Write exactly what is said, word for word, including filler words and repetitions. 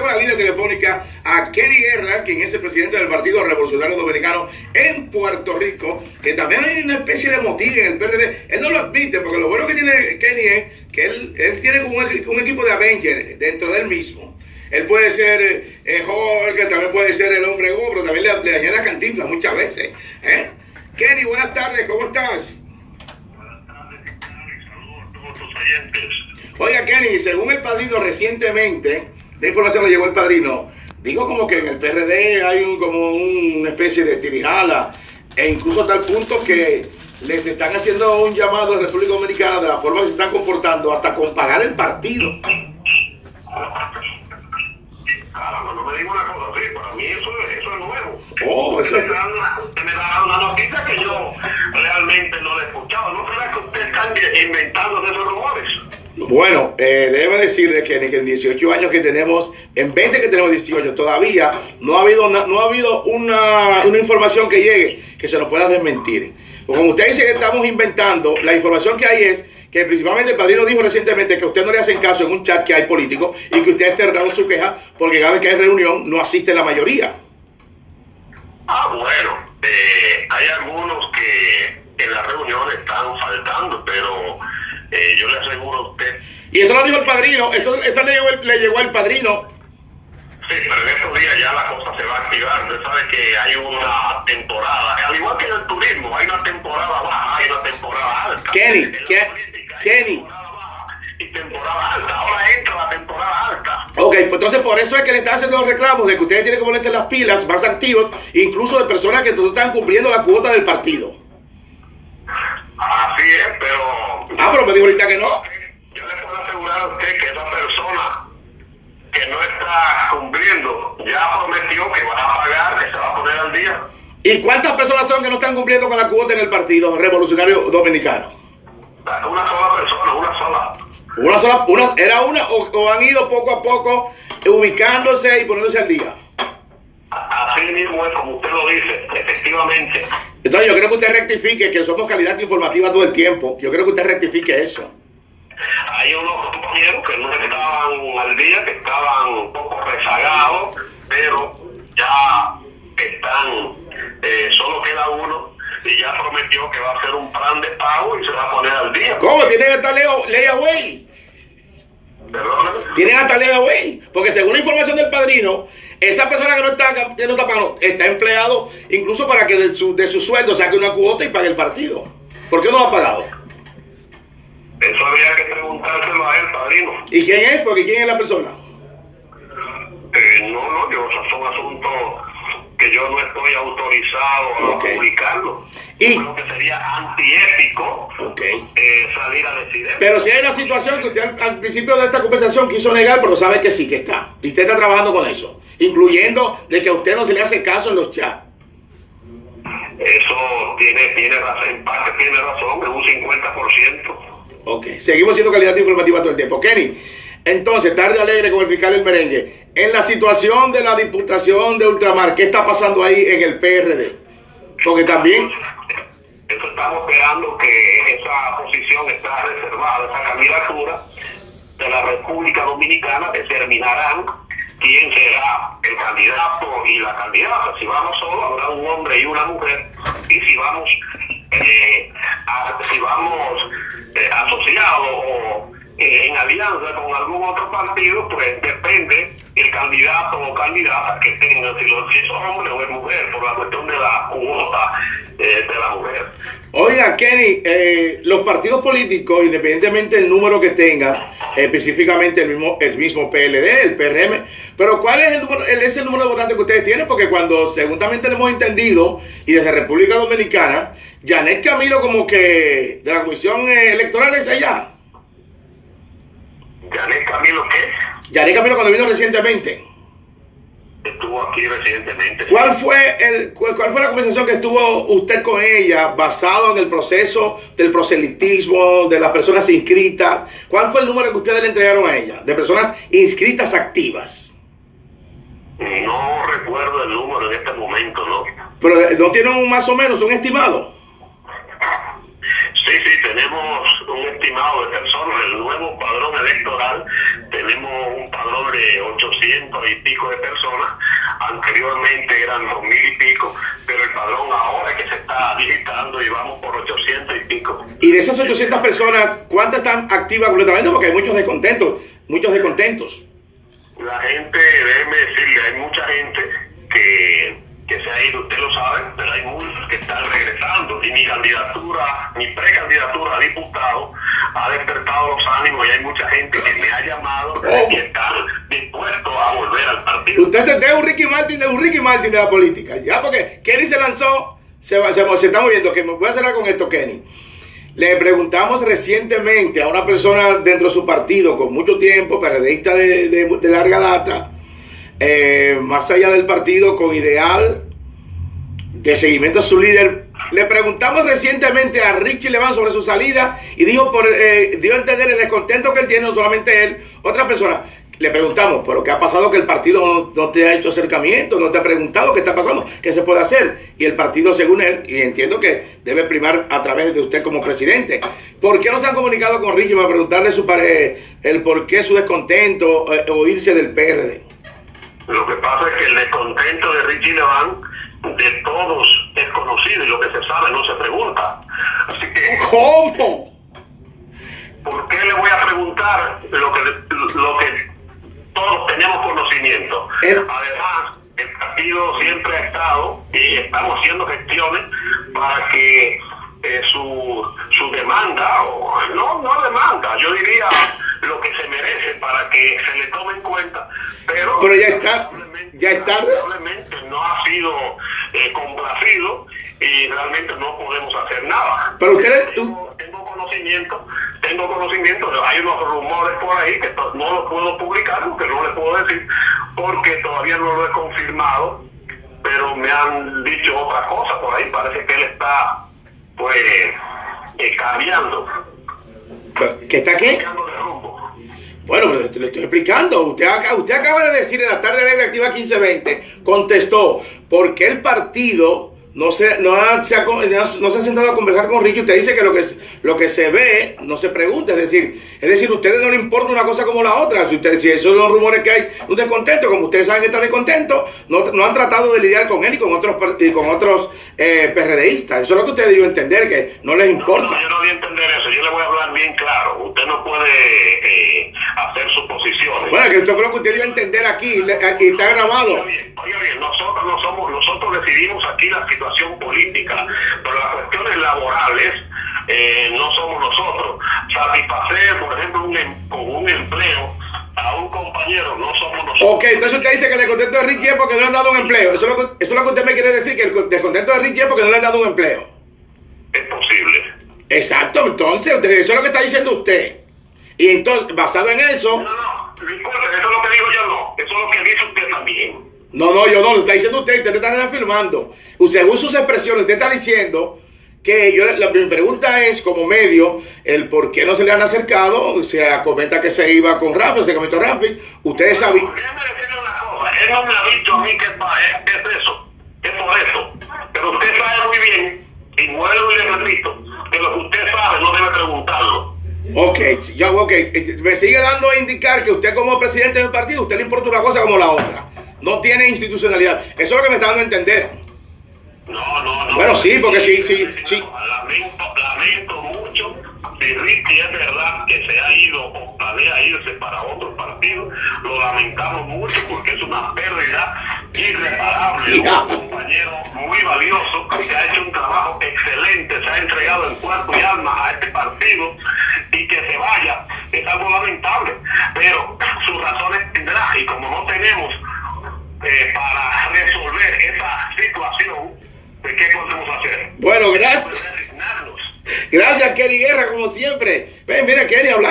tengo en la línea telefónica a Kenny Guerra, quien es el presidente del Partido Revolucionario Dominicano en Puerto Rico, que también hay una especie de motín en el P R D. Él no lo admite, porque lo bueno que tiene Kenny es que él, él tiene un, un equipo de Avengers dentro de él mismo. Él puede ser eh, Hulk, también puede ser el hombre ogro, también le, le añade a Cantinflas muchas veces. ¿eh? Kenny, buenas tardes, ¿cómo estás? Buenas tardes, saludos a todos tus oyentes. Oiga, Kenny, según el padrino recientemente, de información le llegó el padrino, digo como que en el P R D hay un, como una especie de tirijala, e incluso a tal punto que les están haciendo un llamado a la República Dominicana de la forma que se están comportando, hasta con pagar el partido. Caramba, no me diga una cosa así, para mí eso, eso es nuevo. Oh, eso es... Usted me da una, usted me da una noticia que yo realmente no la he escuchado. ¿No será que usted está inventando de esos rumores? Bueno, eh, debe decirle que en dieciocho años que tenemos, en veinte que tenemos dieciocho, todavía no ha habido, una, no ha habido una, una información que llegue que se nos pueda desmentir. Como usted dice que estamos inventando, la información que hay es que principalmente el padrino dijo recientemente que a usted no le hacen caso en un chat que hay político y que usted ha externado su queja porque cada vez que hay reunión no asiste la mayoría. Ah, bueno, eh, hay algunos que en la reunión están faltando, pero eh, yo le aseguro a usted. Y eso lo dijo el padrino, eso, eso le, llegó el, le llegó al padrino. Sí, pero en estos días ya la cosa se va a activar. Usted sabe que hay una temporada, al igual que en el turismo, hay una temporada baja, hay una temporada alta. Kenny, ¿qué? Kenny. Temporada baja y temporada alta. Ahora entra la temporada alta. Ok, pues entonces por eso es que le están haciendo los reclamos de que ustedes tienen que ponerse las pilas más activos, incluso de personas que no están cumpliendo la cuota del partido. Así es, pero... Ah, pero me dijo ahorita que no. Yo le puedo asegurar a usted que esa persona que no está cumpliendo ya prometió que va a pagar, que se va a poner al día. ¿Y cuántas personas son que no están cumpliendo con la cuota en el Partido Revolucionario Dominicano? Una sola persona, una sola. Una sola, una, ¿era una o, o han ido poco a poco ubicándose y poniéndose al día? Así mismo es como usted lo dice, efectivamente. Entonces yo creo que usted rectifique que somos calidad informativa todo el tiempo. Yo creo que usted rectifique eso. Hay unos compañeros que no estaban al día, que estaban un poco rezagados, pero ya están, eh, solo queda uno y ya prometió que va a hacer un plan de pago y se va a poner al día. ¿Cómo? ¿Tienen hasta layaway? ¿Perdón? Tienen hasta layaway, porque según la información del padrino, esa persona que no está, que no está pagando, está empleado incluso para que de su, de su sueldo saque una cuota y pague el partido. ¿Por qué no lo ha pagado? Eso habría que preguntárselo a él, padrino. ¿Y quién es? Porque ¿quién es la persona? Eh, no, no, yo, esos son asuntos que yo no estoy autorizado a okay. publicarlo. Y yo creo que sería antiético okay. eh, salir a decir eso. Pero si hay una situación que usted al, al principio de esta conversación quiso negar, pero sabe que sí que está. Y usted está trabajando con eso, incluyendo de que a usted no se le hace caso en los chats. Eso tiene, tiene razón, en parte tiene razón, es un cincuenta por ciento. Ok, seguimos siendo calidad informativa todo el tiempo. Kenny, entonces, tarde alegre con el fiscal El Merengue. En la situación de la Diputación de Ultramar, ¿qué está pasando ahí en el P R D? Porque también... Eso estamos esperando que esa posición está reservada, esa candidatura de la República Dominicana, determinarán quién será el candidato y la candidata. Si vamos solo, habrá un hombre y una mujer. Y si vamos, eh, a, si vamos eh, asociados o eh, en alianza con algún otro partido, pues depende el candidato o candidata que tenga, si, lo, si es hombre o es mujer, por la cuestión de la cuota eh, de la mujer. Oiga, Kenny, eh, los partidos políticos, independientemente del número que tengan, específicamente el mismo, el mismo P L D, el P R M, pero ¿cuál es el número, el, es el número de votantes que ustedes tienen? Porque cuando, según también tenemos entendido, y desde República Dominicana, Janet Camilo como que de la Comisión Electoral es allá. ¿Janet Camilo qué? Janet Camilo cuando vino recientemente. Estuvo aquí recientemente. ¿Cuál fue el cuál fue la conversación que estuvo usted con ella basado en el proceso del proselitismo, de las personas inscritas? ¿Cuál fue el número que ustedes le entregaron a ella de personas inscritas activas? No recuerdo el número en este momento, ¿no? Pero no tienen un más o menos un estimado. Sí, sí, tenemos un estimado de personas. El nuevo padrón electoral, tenemos un padrón de ochocientos y pico de personas, anteriormente eran dos mil y pico, pero el padrón ahora es que se está digitando y vamos por ochocientos y pico. Y de esas ochocientas personas, ¿cuántas están activas completamente? Porque hay muchos descontentos, muchos descontentos. La gente, déjeme decirle, hay mucha gente que, que se ha ido, usted lo sabe, pero hay muchos que están regresando y mi candidatura, mi precandidatura a diputado ha despertado los ánimos y hay mucha gente que me ha llamado oh. y están dispuestos a volver al partido. Usted es un Ricky Martin, de un Ricky Martin de la política, ya, porque Kenny se lanzó, se, va, se, se está moviendo, que me voy a cerrar con esto, Kenny. Le preguntamos recientemente a una persona dentro de su partido con mucho tiempo, PRDista de, de, de larga data, eh, más allá del partido, con ideal de seguimiento a su líder. Le preguntamos recientemente a Richie Levan sobre su salida y dijo por, eh, dio a entender el descontento que él tiene, no solamente él, otra persona. Le preguntamos, ¿pero qué ha pasado que el partido no, no te ha hecho acercamiento? ¿No te ha preguntado qué está pasando? ¿Qué se puede hacer? Y el partido, según él, y entiendo que debe primar a través de usted como presidente, ¿por qué no se han comunicado con Richie para preguntarle su pare, el por qué su descontento eh, o irse del P R D? Lo que pasa es que el descontento de Richie Levan de todos es conocido y lo que se sabe no se pregunta. Así que... ¿Cómo? ¿Por qué le voy a preguntar lo que, lo que todos tenemos conocimiento? El... Además, el partido siempre ha estado y estamos haciendo gestiones para que eh, su, su demanda, o no, no demanda, yo diría lo que se merece para que se le tome en cuenta, pero, pero ya está, ya está. Lamentablemente no ha sido eh, complacido y realmente no podemos hacer nada. Pero ustedes... Tengo, tengo conocimiento, tengo conocimiento, hay unos rumores por ahí que no los puedo publicar, porque no les puedo decir, porque todavía no lo he confirmado, pero me han dicho otras cosas por ahí, parece que él está, pues, eh, cambiando. ¿Qué está qué? Cambiando de rumbo. Bueno, pues le estoy explicando. Usted, usted acaba de decir en la tarde alegre activa quince veinte, contestó, porque el partido no se, no, ha, se ha, no se ha sentado a conversar con Ricky. Usted dice que lo que, lo que se ve no se pregunta. Es decir, es decir, a ustedes no les importa una cosa como la otra. Si, usted, si esos son los rumores que hay, un descontento, como ustedes saben que está descontento, no, no han tratado de lidiar con él y con otros, y con otros eh, PRDistas. Eso es lo que usted dio a entender, que no les importa. No, no, yo no voy a entender eso. Yo le voy a hablar bien claro. Usted no puede eh, hacer suposiciones. Bueno, que esto es lo que usted dio a entender aquí, y está grabado. Oye bien, oye bien, nosotros no somos, nosotros decidimos aquí la situación política, pero las cuestiones laborales eh, no somos nosotros. Satisfacer, por ejemplo, un em, con un empleo a un compañero no somos nosotros. Ok, entonces usted dice que el descontento de Richie es porque no le han dado un empleo. Eso es lo que, eso es lo que usted me quiere decir, que el descontento de Richie es porque no le han dado un empleo. Es posible. Exacto, entonces, usted, eso es lo que está diciendo usted. Y entonces, basado en eso... No, no, disculpe, eso es lo que digo yo, no. Eso es lo que dice usted también. No, no, yo no, lo está diciendo usted, usted le está reafirmando. Según sus expresiones, usted está diciendo que yo, la, mi pregunta es, como medio, el por qué no se le han acercado. Se comenta que se iba con Rafi, se comentó Rafi. Ustedes bueno, saben... Déjeme decirle una cosa, él no me ha dicho a mí que es, es eso, es por eso. Pero usted sabe muy bien, y vuelvo y le repito, que lo que usted sabe no debe preguntarlo. Ok, ya, ok, me sigue dando a indicar que usted como presidente del partido, usted le importa una cosa como la otra. No tiene institucionalidad. Eso es lo que me está dando a entender. No, no, no. Bueno, sí, porque sí, sí, sí. Lamento, lamento mucho. Si Ricky es verdad que se ha ido o planea irse para otro partido, lo lamentamos mucho porque es una pérdida irreparable. Yeah. Un compañero muy valioso que ha hecho un trabajo excelente, se ha entregado en cuerpo y alma a este partido, y que se vaya es algo lamentable. Pero sus razones tendrá, y como no tenemos eh, para resolver esa situación, ¿qué podemos hacer? Bueno, gracias. Gracias, Kenny Guerra, como siempre. Ven, mira, Kenny, hablando.